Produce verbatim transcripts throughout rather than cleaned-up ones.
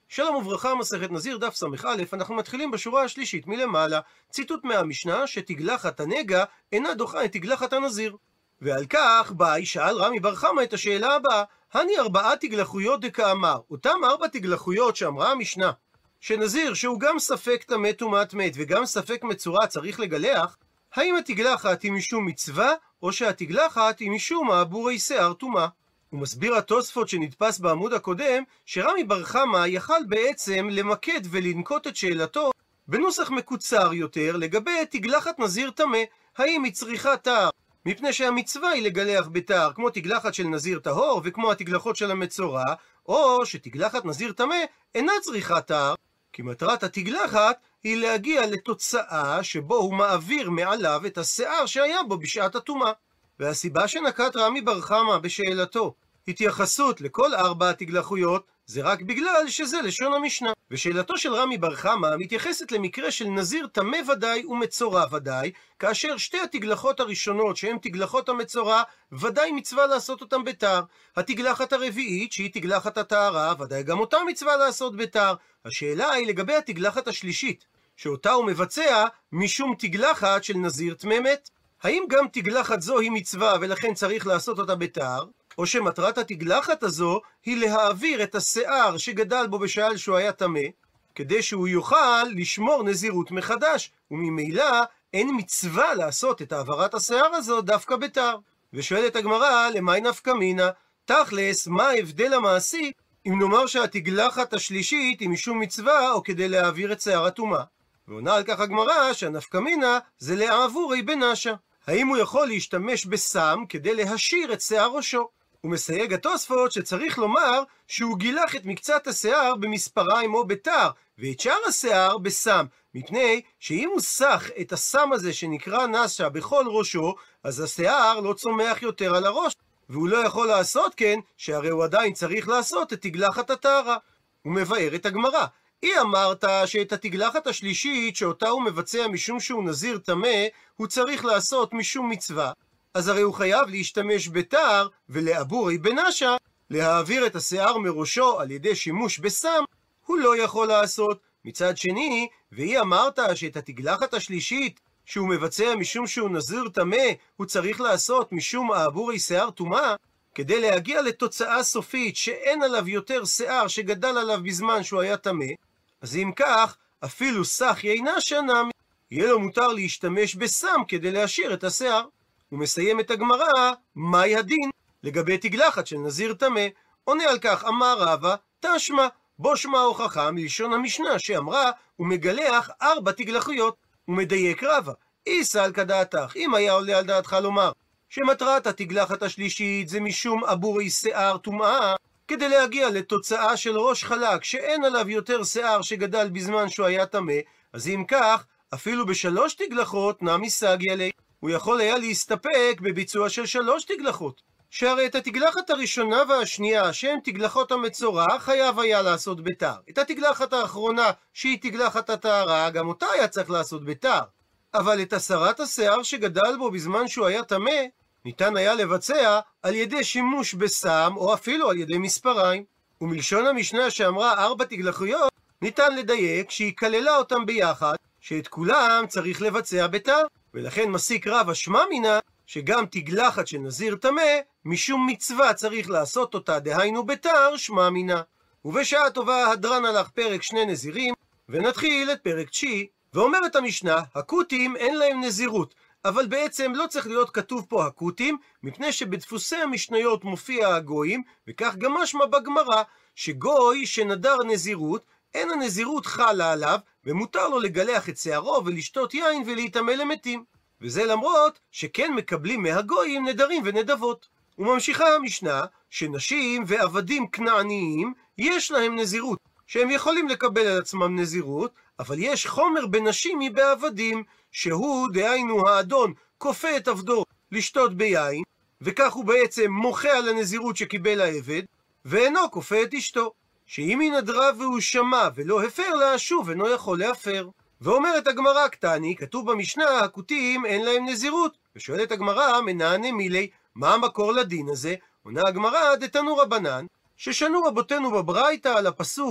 שלום וברכה, מסכת נזיר דף ס"א, אנחנו מתחילים בשורה השלישית מלמעלה, ציטוט מהמשנה שתגלחת הנגע אינה דוחה את תגלחת הנזיר. ועל כך באי שאל רמי בר חמא את השאלה הבאה: הני ארבעה תגלחויות דקאמר, אותם ארבע תגלחויות שאמרה המשנה, שנזיר שהוא גם ספק טמא טומאת מת וגם ספק מצורע צריך לגלח, האם התגלחת היא משום מצווה או שהתגלחת היא משום מעבורי שיער טומאה? הוא מסביר התוספות שנדפס בעמוד הקודם שרמי בר חמא יכל בעצם למקד ולנקוט את שאלתו בנוסח מקוצר יותר לגבי תגלחת נזיר טמא, האם היא צריכה טהר מפני שהמצווה היא לגלח בטהר כמו תגלחת של נזיר טהור וכמו התגלחות של המצורע, או שתגלחת נזיר טמא אינה צריכה טהר כי מטרת התגלחת היא להגיע לתוצאה שבו הוא מעביר מעליו את השיער שהיה בו בשעת הטומאה. והסיבה שנקט רמי בר חמא בשאלתו התייחסות לכל ארבע התגלחויות זה רק בגלל שזה לשון המשנה. ושאלתו של רמי בר חמא מתייחסת למקרה של נזיר טמא ודאי ומצורע ודאי, כאשר שתי התגלחות הראשונות שהן תגלחות המצורע ודאי מצווה לעשות אותם בטהר. התגלחת הרביעית שהיא תגלחת הטהרה ודאי גם אותה מצווה לעשות בטהר. השאלה היא לגבי התגלחת השלישית שאותה הוא מבצע משום תגלחת של נזיר טמא מת. האם גם תגלחת זו היא מצווה ולכן צריך לעשות אותה בטהר, או שמטרת התגלחת הזו היא להעביר את השיער שגדל בו בשעה שהוא היה טמא, כדי שהוא יוכל לשמור נזירות מחדש, וממילא אין מצווה לעשות את העברת השיער הזו דווקא בטהר. ושואלת הגמרא, למאי נפקא מינה? תכלס, מה ההבדל המעשי אם נאמר שהתגלחת השלישית היא משום מצווה או כדי להעביר את שיער הטומאה? ועונה על כך הגמרא שהנפקא מינה זה לעבורי בנשה. האם הוא יכול להשתמש בסם כדי להשאיר את שיער ראשו? הוא מסייג התוספות שצריך לומר שהוא גילח את מקצת השיער במספריים או בטהר, ואת שאר השיער בסם, מפני שאם הוא סח את הסם הזה שנקרא נשה בכל ראשו, אז השיער לא צומח יותר על הראש, והוא לא יכול לעשות כן, שהרי הוא עדיין צריך לעשות את תגלחת הטהרה. הוא מבאר את הגמרא: היא אמרת שאת התגלחת השלישית שאותה הוא מבצע משום שהוא נזיר טמא, הוא צריך לעשות משום מצווה, אז הרי הוא חייב להשתמש בטהר ולעבורי בנשה, להעביר את השיער מראשו על ידי שימוש בסם, הוא לא יכול לעשות. מצד שני, והיא אמרת שאת התגלחת השלישית שהוא מבצע משום שהוא נזיר טמא, הוא צריך לעשות משום עבורי שיער טומאה, כדי להגיע לתוצאה סופית שאין עליו יותר שיער שגדל עליו בזמן שהוא היה טמא, אז אם כך, אפילו סח יינה שנמי, יהיה לו מותר להשתמש בסם כדי להשאיר את השיער. הוא מסיים את הגמרא, מהי הדין לגבי תגלחת של נזיר טמא? עונה על כך אמר רבא, תשמע, בו שמע הוכחה מלשון המשנה שאמרה הוא מגלח ארבע תגלחויות. הוא מדייק רבא, איסא על כדעתך, אם היה עולה על דעתך לומר שמטרת התגלחת השלישית זה משום עבורי שיער טומאה, כדי להגיע לתוצאה של ראש חלק שאין עליו יותר שיער שגדל בזמן שהוא היה טמא, אז אם כך, אפילו בשלוש תגלחות נמי סגיה ליה, הוא יכול היה להסתפק בביצוע של שלוש תגלחות, שהרי את התגלחת הראשונה והשנייה שהן תגלחות המצורע חייב היה לעשות בטהר. את התגלחת האחרונה שהיא תגלחת הטהרה גם אותה היה צריך לעשות בטהר, אבל את הסרת השיער שגדל בו בזמן שהוא היה טמא ניתן היה לבצע על ידי שימוש בסם או אפילו על ידי מספריים. ומלשון המשנה שאמרה ארבע תגלחויות ניתן לדייק שהיא כללה אותם ביחד, שאת כולם צריך לבצע בטהר, ולכן מסיק רבא שמע מינה שגם תגלחת של נזיר טמא משום מצווה צריך לעשות אותה, דהיינו בטהר, שמע מינה. ובשעה טובה הדרן הלך פרק שני נזירים, ונתחיל את פרק תשיעי. ואומרת המשנה, הכותים אין להם נזירות, אבל בעצם לא צריך להיות כתוב פה הכותים, מפני שבדפוסי המשניות מופיע הגויים, וכך גם משמע בגמרא, שגוי שנדר נזירות, אין הנזירות חלה עליו, ומותר לו לגלח את שערו ולשתות יין ולהיטמא למתים. וזה למרות שכן מקבלים מהגויים נדרים ונדבות. וממשיכה המשנה שנשים ועבדים כנעניים יש להם נזירות, שהם יכולים לקבל על עצמם נזירות, אבל יש חומר בנשים מבעבדים, שהוא דהיינו האדון כופה את עבדו לשתות ביין, וכך הוא בעצם מוחה על הנזירות שקיבל העבד, ואינו כופה את אשתו, שאם היא נדרה והוא שמע ולא הפר לה, שוב אינו יכול להפר. ואומרת הגמרא קטני, כתוב במשנה הכותים אין להם נזירות. ושואלת הגמרא מנענה מילי, מה המקור לדין הזה? עונה הגמרא דתנו רבנן, ששנו רבותינו בברייתא על הפסוק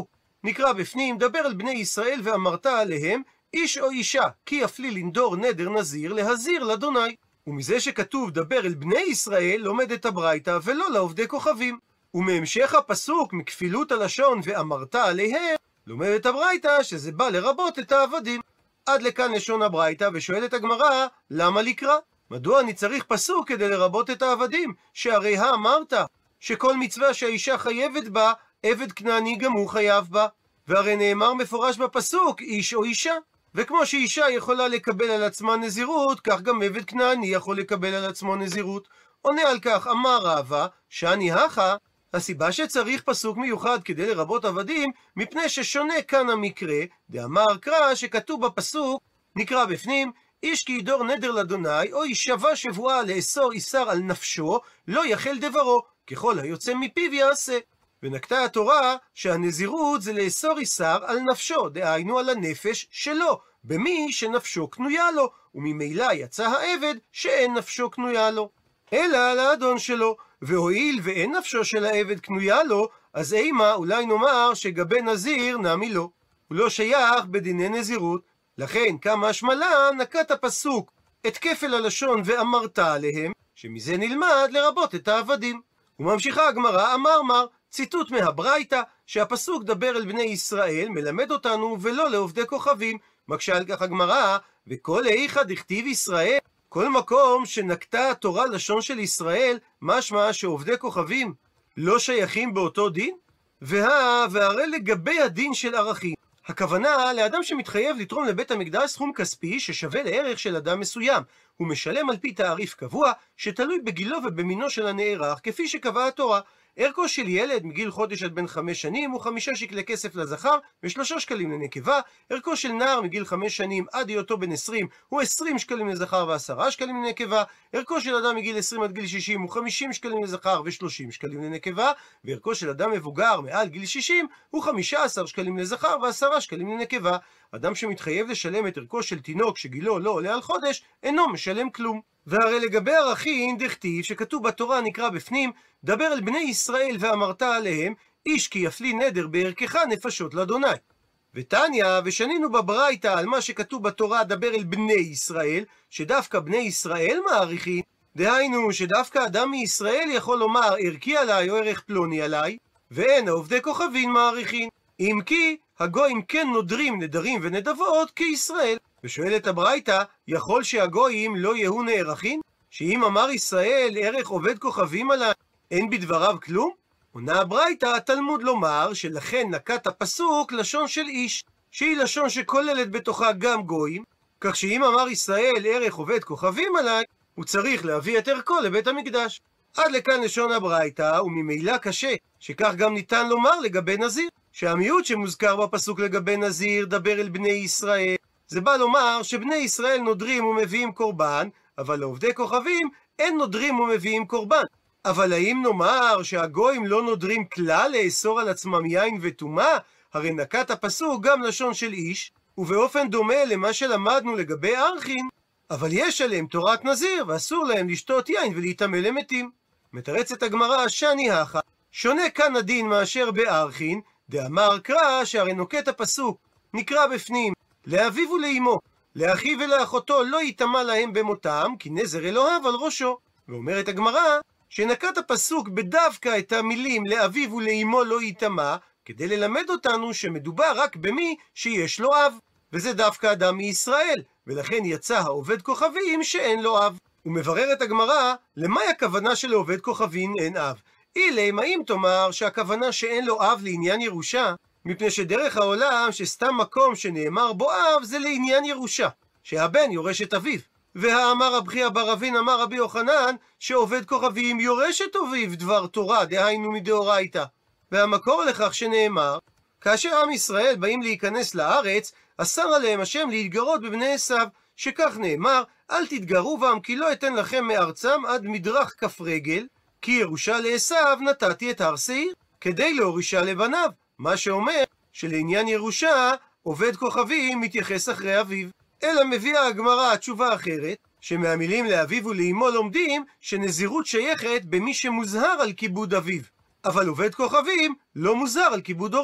נקרא בפנים, דבר אל בני ישראל ואמרת עליהם, איש או אישה, כי יפלי לנדור נדר נזיר, להזיר לאדוני. ומזה שכתוב דבר אל בני ישראל, לומד את הברייתא ולא לעובדי כוכבים. ומהמשך הפסוק, מכפילות הלשון ואמרת עליהם, לומד את הברייתא שזה בא לרבות את העבדים. עד לכאן לשון הברייתא, ושואלת הגמרא, למה לקרא? מדוע אני צריך פסוק כדי לרבות את העבדים? שהרי האמרת שכל מצווה שהאישה חייבת בה, עבד כנעני גם הוא חייב בה. והרי נאמר מפורש בפסוק, איש או אישה. וכמו שאישה יכולה לקבל על עצמה נזירות, כך גם עבד כנעני יכול לקבל על עצמו נזירות. עונה על כך אמר רבא, שאני הכה, הסיבה שצריך פסוק מיוחד כדי לרבות עבדים, מפני ששונה כאן המקרה, דאמר קרא שכתוב בפסוק, נקרא בפנים, איש כי ידור נדר לאדוני, או ישבע שבועה לאסור איסר על נפשו, לא יחל דברו, ככל היוצא מפיו יעשה. ונקטה התורה שהנזירות זה לאסור איסר על נפשו, דהיינו על הנפש שלו, במי שנפשו קנויה לו, וממילא יצא העבד שאין נפשו קנויה לו, אלא על האדון שלו. והואיל ואין נפשו של העבד קנויה לו, אז אימה אולי נאמר שגבי נזיר נמי לו, הוא לא שייך בדיני נזירות. לכן כמה השמלה נקט הפסוק את כפל הלשון ואמרת עליהם, שמזה נלמד לרבות את העבדים. וממשיכה הגמרא, אמר מר, ציטוט מהברייתא, שהפסוק דבר אל בני ישראל מלמד אותנו ולא לעובדי כוכבים. מקשה על כך הגמרא, וכל איכא דכתיב ישראל, כל מקום שנקטה התורה לשון של ישראל, משמע שעובדי כוכבים לא שייכים באותו דין? וה, והרי לגבי הדין של ערכים, הכוונה לאדם שמתחייב לתרום לבית המקדש סכום כספי ששווה לערך של אדם מסוים, הוא משלם על פי תעריף קבוע שתלוי בגילו ובמינו של הנערך, כפי שקבעה התורה. ערכו של ילד מגיל חודש עד בן חמש שנים הוא חמישה שקלי כסף לזכר ושלושה שקלים לנקבה. ערכו של נער מגיל חמש שנים עד היותו בן עשרים הוא עשרים שקלים לזכר ועשרה שקלים לנקבה. ערכו של אדם מגיל עשרים עד גיל שישים הוא חמישים שקלים לזכר ושלושים שקלים לנקבה. וערכו של אדם מבוגר מעל גיל שישים הוא חמישה עשר שקלים לזכר ועשרה שקלים לנקבה. אדם שמתחייב לשלם את ערכו של תינוק שגילו לא עולה על חודש אינו משלם כלום. והרי לגבי ערכים דכתיב שכתוב בתורה, נקרא בפנים, דבר אל בני ישראל ואמרת עליהם, איש כי יפלי נדר בערכך נפשות לאדוני. ותניא, ושנינו בברייתא על מה שכתוב בתורה דבר אל בני ישראל, שדווקא בני ישראל מעריכים, דהיינו שדווקא אדם מישראל יכול לומר ערכי עליי או ערך פלוני עליי, ואין העובדי כוכבים מעריכים. אם כי הגויים כן נודרים נדרים ונדבות כישראל. ושואלת הברייתא, יכול שהגויים לא יהיו נערכים? שאם אמר ישראל ערך עובד כוכבים עליי, אין בדבריו כלום? עונה הברייתא, התלמוד לומר שלכן נקט הפסוק לשון של איש, שהיא לשון שכוללת בתוכה גם גויים, כך שאם אמר ישראל ערך עובד כוכבים עליי, הוא צריך להביא את ערכו לבית המקדש. עד לכאן לשון הברייתא, וממילא קשה, שכך גם ניתן לומר לגבי נזיר, שהמיעוט שמוזכר בפסוק לגבי נזיר, דבר אל בני ישראל, זה בא לומר שבני ישראל נודרים ומביאים קורבן, אבל לעובדי כוכבים אין נודרים ומביאים קורבן. אבל האם נאמר שהגויים לא נודרים כלל לאסור על עצמם יין וטומאה? הרי נקט הפסוק גם לשון של איש, ובאופן דומה למה שלמדנו לגבי ערכין, אבל יש עליהם תורת נזיר ואסור להם לשתות יין ולהיטמא למתים. מתרצת הגמרא, שאני הכה, שונה כאן הדין מאשר בערכין, דאמר קרא שהרי נוקט הפסוק, נקרא בפנים, לאביו ולאמו, לאחיו ולאחותו לא ייטמא להם במותם, כי נזר אלוהיו על ראשו. ואומרת הגמרא, שנקט הפסוק בדווקא את המילים לאביו ולאמו לא ייטמא, כדי ללמד אותנו שמדובר רק במי שיש לו אב, וזה דווקא אדם מישראל, ולכן יצא העובד כוכבים שאין לו אב. ומבררת הגמרא, למאי הכוונה של עובד כוכבים אין אב? אילם, האם תאמר שהכוונה שאין לו אב לעניין ירושה? מפני שדרך העולם שסתם מקום שנאמר בו אב זה לעניין ירושה, שהבן יורש את אביו. והאמר רב חייא בר אבין אמר רבי יוחנן שעובד כוכבים יורש את אביו דבר תורה, דהיינו מדאורייתא. והמקור לכך שנאמר, כאשר עם ישראל באים להיכנס לארץ, אסר עליהם השם להתגרות בבני עשיו, שכך נאמר, אל תתגרו בם כי לא אתן לכם מארצם עד מדרך כף רגל, כי ירושה לעשיו נתתי את הר שעיר, כדי להורישה לבניו. מה שאומר שלעניין ירושה עובד כוכבים מתייחס אחרי אביו. אלא מביאה הגמרא תשובה אחרת, שמהמילים לאביו ולאמו לומדים שנזירות שייכת במי שמוזהר על כיבוד אביו, אבל עובד כוכבים לא מוזהר על כיבוד הורים.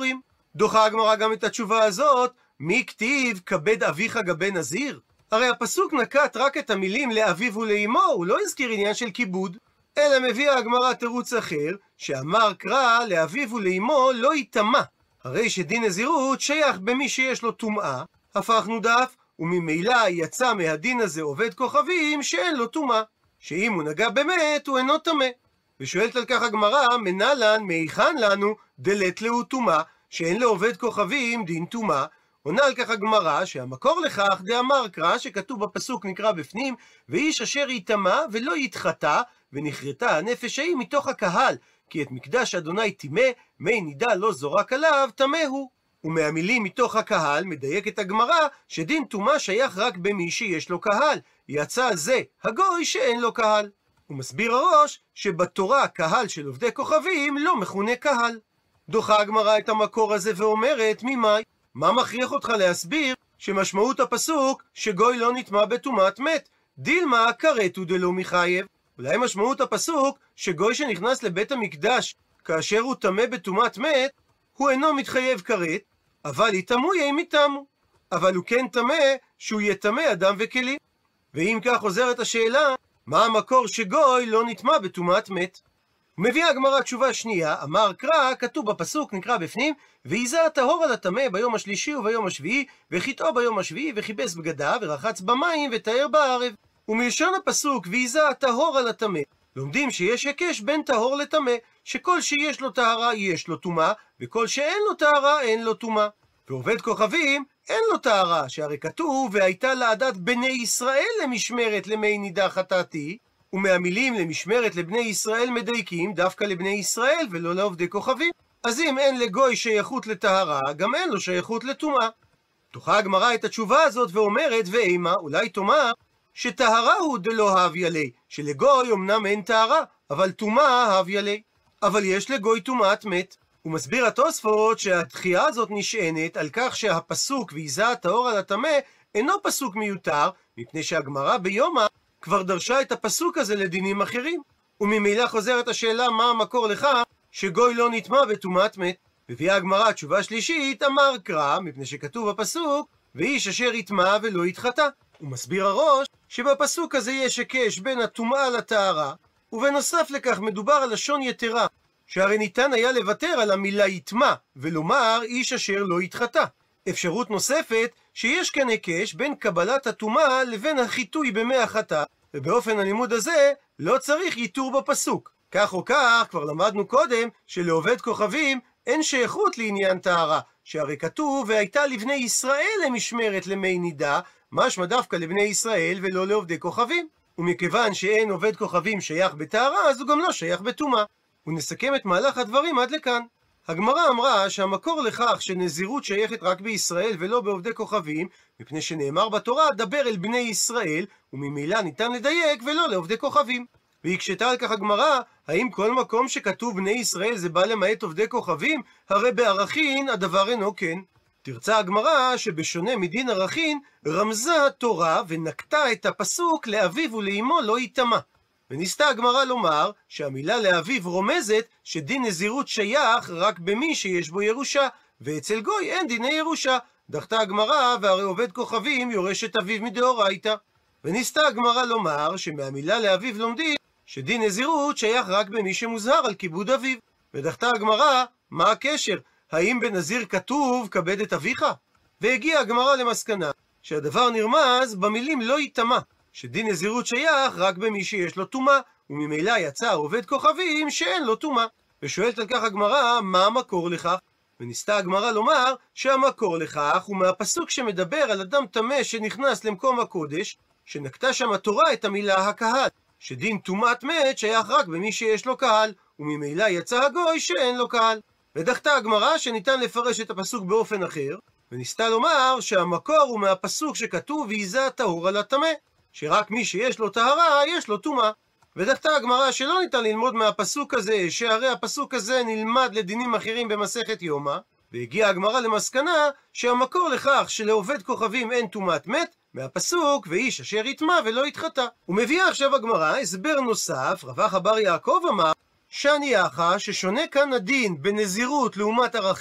דוחה הגמרא גם את התשובה הזאת, מי כתיב כבד אביך גבי נזיר? הרי הפסוק נקט רק את המילים לאביו ולאמו, הוא לא הזכיר עניין של כיבוד. אלא מביאה הגמרא תירוץ אחר, שאמר קרא לאביו ולאמו לא יטמא. הרי שדין נזירות שייך במי שיש לו טומאה, הפכנו דף, וממילא יצא מהדין הזה עובד כוכבים שאין לו טומאה, שאם הוא נגע באמת הוא אינו טמא. ושואלת על כך הגמרא, מנלן מהיכן לנו דלת להו טומאה, שאין לעובד כוכבים דין טומאה? עונה על כך הגמרא שהמקור לכך דאמר קרא, שכתוב בפסוק נקרא בפנים, ואיש אשר יטמא ולא יתחטא, ונכרתה הנפש ההיא מתוך הקהל, כי את מקדש אדוני טימא, מי נידה לא זורק עליו, טמא הוא. ומהמילים מתוך הקהל מדייקת הגמרא שדין טומאה שייך רק במי שיש לו קהל, יצא זה הגוי שאין לו קהל. הוא מסביר הראש שבתורה קהל של עובדי כוכבים לא מכונה קהל. דוחה הגמרא את המקור הזה ואומרת, ממאי? מה מכריח אותך להסביר שמשמעות הפסוק שגוי לא נטמא בטומאת מת? דילמה כרתו דלא מחייב. אולי משמעות הפסוק שגוי שנכנס לבית המקדש כאשר הוא טמא בטומאת מת, הוא אינו מתחייב כרת, אבל יטמאו אם יטמאו. אבל הוא כן טמא שהוא יטמא אדם וכלים. ואם כך חוזרת השאלה, מה המקור שגוי לא נטמא בטומאת מת? מביאה הגמרא תשובה שנייה, אמר קרא, כתוב בפסוק נקרא בפנים, ויזע הטהור על הטמא ביום השלישי וביום השביעי, וחיטאו ביום השביעי, וכיבס בגדיו, ורחץ במים, וטהר בערב. ומלשון הפסוק ויזע הטהור על הטמא, לומדים שיש היקש בין טהור לטמא, שכל שיש לו טהרה יש לו טומאה, וכל שאין לו טהרה אין לו טומאה. ועובד כוכבים אין לו טהרה, שהרי כתוב והייתה לעדת בני ישראל למשמרת למי נידה חטאתי, ומהמילים למשמרת לבני ישראל מדייקים דווקא לבני ישראל ולא לעובדי כוכבים. אז אם אין לגוי שייכות לטהרה, גם אין לו שייכות לטומאה. דוחה הגמרא את התשובה הזאת ואומרת, ואימה, אולי תאמר שטהרה הוא דלא הוויה ליה, שלגוי אמנם אין טהרה, אבל טומאה הוויה ליה. אבל יש לגוי טומאת מת. הוא מסביר התוספות שהדחייה הזאת נשענת על כך שהפסוק ויזע הטהור על הטמא אינו פסוק מיותר, מפני שהגמרא ביומא כבר דרשה את הפסוק הזה לדינים אחרים. וממילא חוזרת השאלה מה המקור לכך שגוי לא נטמא בטומאת מת. מביאה הגמרא תשובה שלישית, אמר קרא, מפני שכתוב בפסוק ואיש אשר יטמא ולא יתחטא. הוא מסביר הראש שבפסוק הזה יש היקש בין הטומאה לטהרה, ובנוסף לכך מדובר על לשון יתרה, שהרי ניתן היה לוותר על המילה יטמא ולומר איש אשר לא יתחטא. אפשרות נוספת שיש כאן היקש בין קבלת הטומאה לבין החיטוי במי החטא, ובאופן הלימוד הזה לא צריך ייתור בפסוק. כך או כך כבר למדנו קודם שלעובד כוכבים אין שייכות לעניין טהרה, שהרי כתוב והייתה לבני ישראל למשמרת למי נידה, משמע דווקא לבני ישראל ולא לעובדי כוכבים. ומכיוון שאין עובד כוכבים שייך בטהרה, אז הוא גם לא שייך בטומאה. ונסכם את מהלך הדברים עד לכאן. הגמרא אמרה שהמקור לכך שנזירות שייכת רק בישראל ולא בעובדי כוכבים, מפני שנאמר בתורה דבר אל בני ישראל, וממילא ניתן לדייק ולא לעובדי כוכבים. והקשתה על כך הגמרא, האם כל מקום שכתוב בני ישראל זה בא למעט עובדי כוכבים? הרי בערכין הדבר אינו כן. תרצה הגמרא שבשונה מדין ערכין, רמזה התורה ונקטה את הפסוק לאביו ולאמו לא יטמא. וניסתה הגמרא לומר שהמילה לאביו רומזת שדין נזירות שייך רק במי שיש בו ירושה, ואצל גוי אין דיני ירושה. דחתה הגמרא והרי עובד כוכבים יורש את אביו מדאורייתא. וניסתה הגמרא לומר שמהמילה לאביו לומדים שדין נזירות שייך רק במי שמוזהר על כיבוד אביו. ודחתה הגמרא, מה הקשר? האם בנזיר כתוב כבד את אביך? והגיעה הגמרא למסקנה שהדבר נרמז במילים לא יטמא, שדין נזירות שייך רק במי שיש לו טומאה, וממילא יצא עובד כוכבים שאין לו טומאה. ושואלת על כך הגמרא, מה המקור לכך? וניסתה הגמרא לומר שהמקור לכך הוא מהפסוק שמדבר על אדם טמא שנכנס למקום הקודש, שנקטה שם התורה את המילה הקהל, שדין טומאת מת שייך רק במי שיש לו קהל, וממילא יצא הגוי שאין לו קהל. ודחתה הגמרא שניתן לפרש את הפסוק באופן אחר, וניסתה לומר שהמקור הוא מהפסוק שכתוב ויזע הטהור על הטמא, שרק מי שיש לו טהרה יש לו טומאה. ודחתה הגמרא שלא ניתן ללמוד מהפסוק הזה, שהרי הפסוק הזה נלמד לדינים אחרים במסכת יומא, והגיעה הגמרא למסקנה שהמקור לכך שלעובד כוכבים אין טומאת מת מהפסוק ואיש אשר יטמא ולא יתחטא. ומביאה עכשיו הגמרא הסבר נוסף. רווח בר יעקב אמר שאני יחא ששונה כאן הדין בנזירות לעומת ערכין,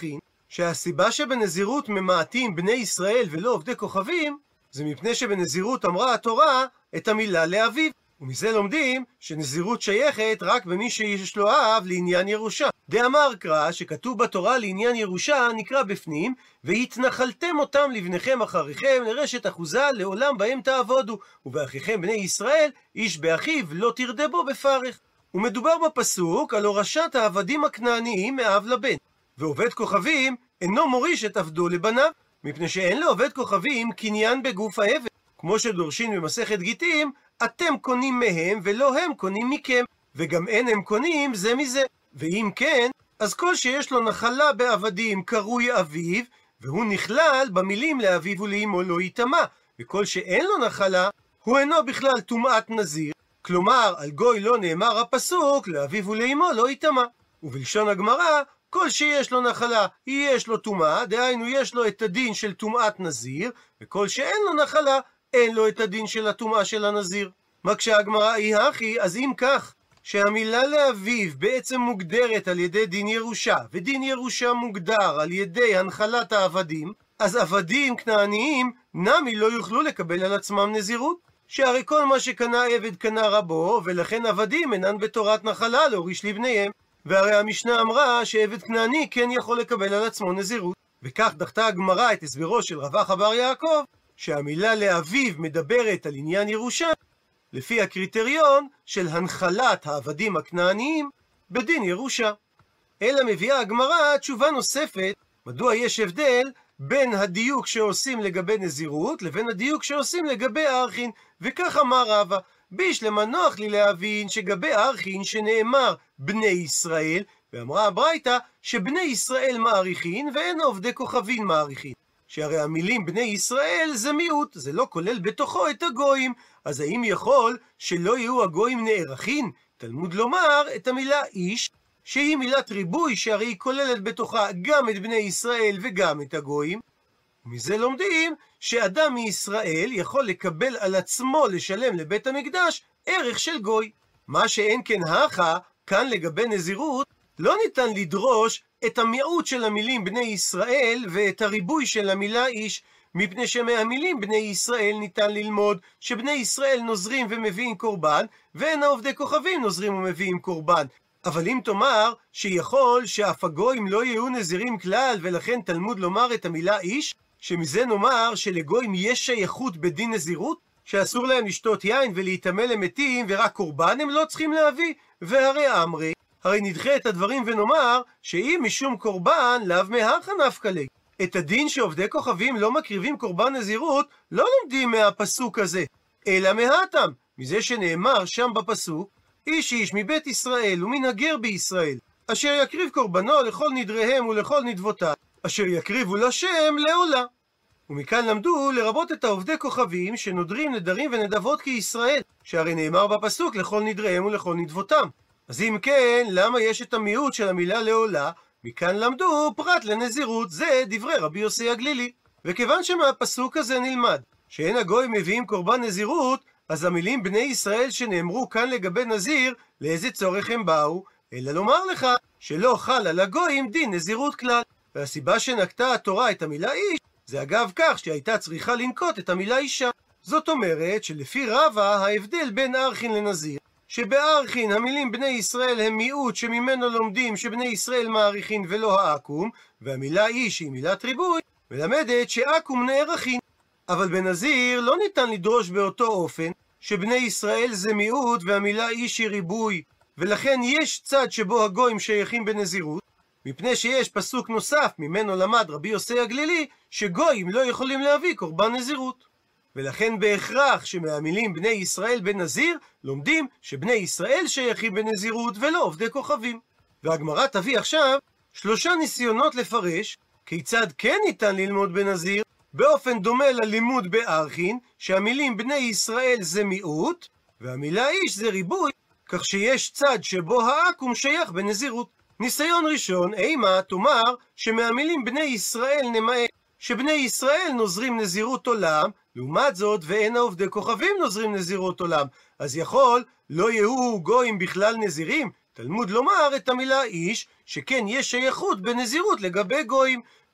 שהסיבה שבנזירות ממעטים בני ישראל ולא עובדי כוכבים, זה מפני שבנזירות אמרה התורה את המילה לאביו. ומזה לומדים שנזירות שייכת רק במי שיש לו אב לעניין ירושה. דאמר קרא שכתוב בתורה לעניין ירושה נקרא בפנים, והתנחלתם אותם לבניכם אחריכם לרשת אחוזה לעולם בהם תעבודו, ובאחיכם בני ישראל איש באחיו לא תרדה בו בפרך. ומדובר בפסוק על הורשת העבדים הכנעניים מאב לבן, ועובד כוכבים אינו מוריש את עבדו לבניו, מפני שאין לעובד כוכבים קניין בגוף העבד, כמו שדורשים במסכת גיטין, אתם קונים מהם ולא הם קונים מכם, וגם אין הם קונים זה מזה. ואם כן, אז כל שיש לו נחלה בעבדים קרוי אביו, והוא נכלל במילים לאביו ולאמו לא יטמא, וכל שאין לו נחלה, הוא אינו בכלל טומאת נזיר, כלומר על גוי לא נאמר הפסוק לאביו ולאמו לא יטמא. ובלשון הגמרא, כל שיש לו נחלה יש לו טומאה, דהיינו יש לו את הדין של טומאת נזיר, וכל שאין לו נחלה אין לו את הדין של הטומאה של הנזיר. מה כשהגמרא היא הכי, אז אם כך שהמילה לאביו בעצם מוגדרת על ידי דין ירושה, ודין ירושה מוגדר על ידי הנחלת העבדים, אז עבדים כנעניים נמי לא יוכלו לקבל על עצמם נזירות, שהרי כל מה שקנה עבד קנה רבו, ולכן עבדים אינן בתורת נחלה להוריש לבניהם. והרי המשנה אמרה שעבד כנעני כן יכול לקבל על עצמו נזירות. וכך דחתה הגמרא את הסברו של רב אחא בר יעקב, שהמילה לאביו מדברת על עניין ירושה, לפי הקריטריון של הנחלת העבדים הכנעניים בדין ירושה. אלא מביאה הגמרא תשובה נוספת, מדוע יש הבדל בין הדיוק שעושים לגבי נזירות לבין הדיוק שעושים לגבי ארכין. וכך אמר רבא, בישלמה נוח לי להבין שגבי ארכין שנאמר בני ישראל, ואמרה הברייתא שבני ישראל מעריכין ואין עובדי כוכבים מעריכין, שהרי המילים בני ישראל זה מיעוט, זה לא כולל בתוכו את הגויים. אז האם יכול שלא יהיו הגויים נערכים? תלמוד לומר את המילה איש, שהיא מילת ריבוי, שהרי היא כוללת בתוכה גם את בני ישראל וגם את הגויים. ומזה לומדים שאדם מישראל יכול לקבל על עצמו לשלם לבית המקדש ערך של גוי. מה שאין כן הכא, כאן לגבי נזירות, לא ניתן לדרוש את המיעוט של המילים בני ישראל ואת הריבוי של המילה איש, מפני שמהמילים בני ישראל ניתן ללמוד שבני ישראל נוזרים ומביאים קורבן, ואין העובדי כוכבים נוזרים ומביאים קורבן. אבל אם תאמר שיכול שאף הגויים לא יהיו נזירים כלל, ולכן תלמוד לומר את המילה איש, שמזה נאמר שלגויים יש שייכות בדין נזירות, שאסור להם לשתות יין ולהיטמא למתים ורק קורבן הם לא צריכים להביא, והרי אמרי, הרי נדחה את הדברים ונאמר שאם משום קורבן לאו מהכא נפקא ליה. את הדין שעובדי כוכבים לא מקריבים קורבן נזירות לא לומדים מהפסוק הזה, אלא מהטעם, מזה שנאמר שם בפסוק, איש איש מבית ישראל ומן הגר בישראל, אשר יקריב קורבנו לכל נדריהם ולכל נדבותיו, אשר יקריבו לשם לעולה. ומכאן למדו לרבות את העובדי כוכבים שנודרים נדרים ונדבות כישראל, שהרי נאמר בפסוק לכל נדריהם ולכל נדבותם. אז אם כן, למה יש את המיעוט של המילה לעולה? מכאן למדו פרט לנזירות, זה דברי רבי יוסי הגלילי. וכיוון שמהפסוק הזה נלמד שאין הגויים מביאים קורבן נזירות, אז המילים בני ישראל שנאמרו כאן לגבי נזיר, לאיזה צורך הם באו? אלא לומר לך שלא חל על הגויים דין נזירות כלל. והסיבה שנקטה התורה את המילה איש, זה אגב כך שהייתה צריכה לנקוט את המילה אישה. זאת אומרת שלפי רבא ההבדל בין ארכין לנזיר, שבארכין המילים בני ישראל הם מיעוט שממנו לומדים שבני ישראל מעריכין ולא העקום, והמילה איש שהיא מילת ריבוי מלמדת שעקום נערכין. אבל בנזיר לא ניתן לדרוש באותו אופן שבני ישראל זה מיעוט והמילה איש היא ריבוי, ולכן יש צד שבו הגויים שייכים בנזירות, מפני שיש פסוק נוסף ממנו למד רבי יוסי הגלילי שגויים לא יכולים להביא קורבן נזירות. ולכן בהכרח שמהמילים בני ישראל בנזיר לומדים שבני ישראל שייכים בנזירות ולא עובדי כוכבים. והגמרא תביא עכשיו שלושה ניסיונות לפרש כיצד כן ניתן ללמוד בנזיר באופן דומה ללימוד בארכין, שהמילים בני ישראל זה מיעוט והמילה איש זה ריבוי, כך שיש צד שבו העקום שייך בנזירות. ניסיון ראשון, אימה תאמר שמהמילים בני ישראל נמעט שבני ישראל נוזרים נזירות עולם, לעומת זאת ואין העובדי כוכבים נוזרים נזירות עולם, אז יכול לא יהיו גויים בכלל נזירים? תלמוד לומר את המילה איש, שכן יש שייכות בנזירות לגבי גויים.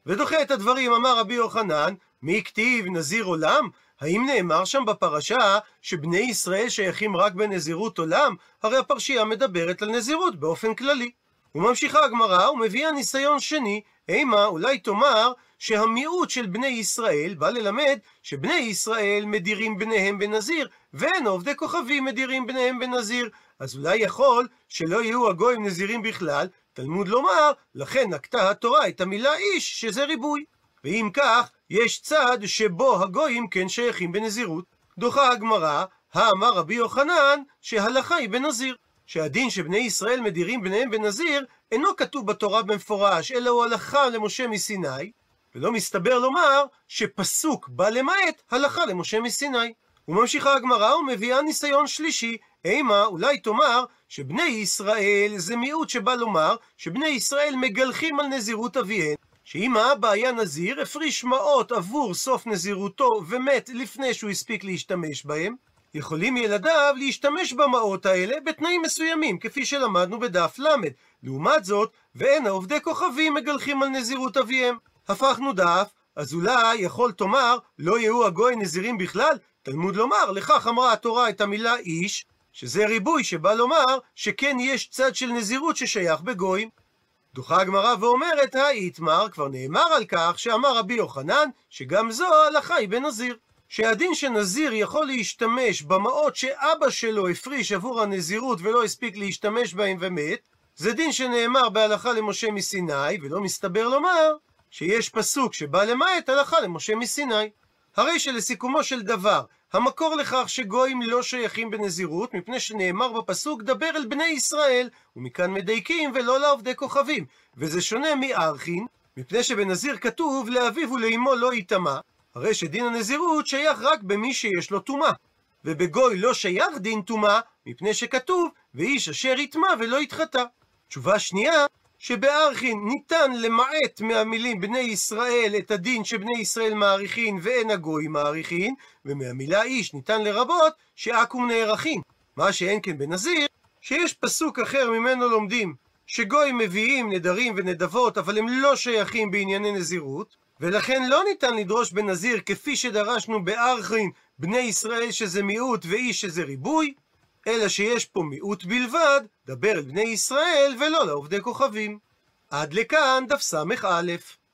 ודוחה את הדברים אמר רבי יוחנן, מי כתיב נזיר עולם? האם נאמר שם בפרשה שבני ישראל שייכים רק בנזירות עולם? הרי הפרשייה מדברת על נזירות באופן כללי. וממשיכה הגמרא ומביאה ניסיון שני, אימה אולי תאמר שהמיעוט של בני ישראל בא ללמד שבני ישראל מדירים בניהם בנזיר, ואין עובדי כוכבים מדירים בניהם בנזיר. אז אולי יכול שלא יהיו הגויים נזירים בכלל, תלמוד לומר, לכן נקטה התורה את המילה איש, שזה ריבוי. ואם כך, יש צד שבו הגויים כן שייכים בנזירות. דוחה הגמרא, האמר רבי יוחנן שהלכה היא בנזיר. שהדין שבני ישראל מדירים בניהם בנזיר אינו כתוב בתורה במפורש, אלא הוא הלכה למשה מסיני, ולא מסתבר לומר שפסוק בא למעט הלכה למשה מסיני. וממשיכה הגמרא ומביאה ניסיון שלישי, אימה אולי תאמר שבני ישראל זה מיעוט שבא לומר שבני ישראל מגלחים על נזירות אביהן, שאם האבא היה נזיר, הפריש מעות עבור סוף נזירותו ומת לפני שהוא הספיק להשתמש בהם, יכולים ילדיו להשתמש במעות האלה בתנאים מסוימים, כפי שלמדנו בדף למד. לעומת זאת, ואין העובדי כוכבים מגלחים על נזירות אביהם. הפכנו דף, אז אולי יכול תאמר, לא יהיו הגוי נזירים בכלל? תלמוד לומר, לכך אמרה התורה את המילה איש, שזה ריבוי שבא לומר שכן יש צד של נזירות ששייך בגויים. דוחה הגמרא ואומרת, האיתמר, כבר נאמר על כך שאמר רבי יוחנן שגם זו הלכה היא בנזיר. שהדין שנזיר יכול להשתמש במעות שאבא שלו הפריש עבור הנזירות ולא הספיק להשתמש בהם ומת, זה דין שנאמר בהלכה למשה מסיני, ולא מסתבר לומר שיש פסוק שבא למעט הלכה למשה מסיני. הרי שלסיכומו של דבר, המקור לכך שגויים לא שייכים בנזירות, מפני שנאמר בפסוק דבר אל בני ישראל, ומכאן מדייקים ולא לעובדי כוכבים, וזה שונה מארכין, מפני שבנזיר כתוב לאביו ולאמו לא יטמא, הרי שדין הנזירות שייך רק במי שיש לו טומאה, ובגוי לא שייך דין טומאה, מפני שכתוב ואיש אשר יטמא ולא יתחטא. תשובה שנייה, שבארכין ניתן למעט מהמילים בני ישראל את הדין שבני ישראל מעריכין ואין הגוי מעריכין, ומהמילה איש ניתן לרבות שאקום נערכין. מה שאין כן בנזיר, שיש פסוק אחר ממנו לומדים שגוי מביאים נדרים ונדבות אבל הם לא שייכים בענייני נזירות, ולכן לא ניתן לדרוש בנזיר כפי שדרשנו בארכין בני ישראל שזה מיעוט ואיש שזה ריבוי, אלא שיש פה מיעוט בלבד, דבר אל בני ישראל ולא לעובדי כוכבים. עד לכאן דף סמך א'.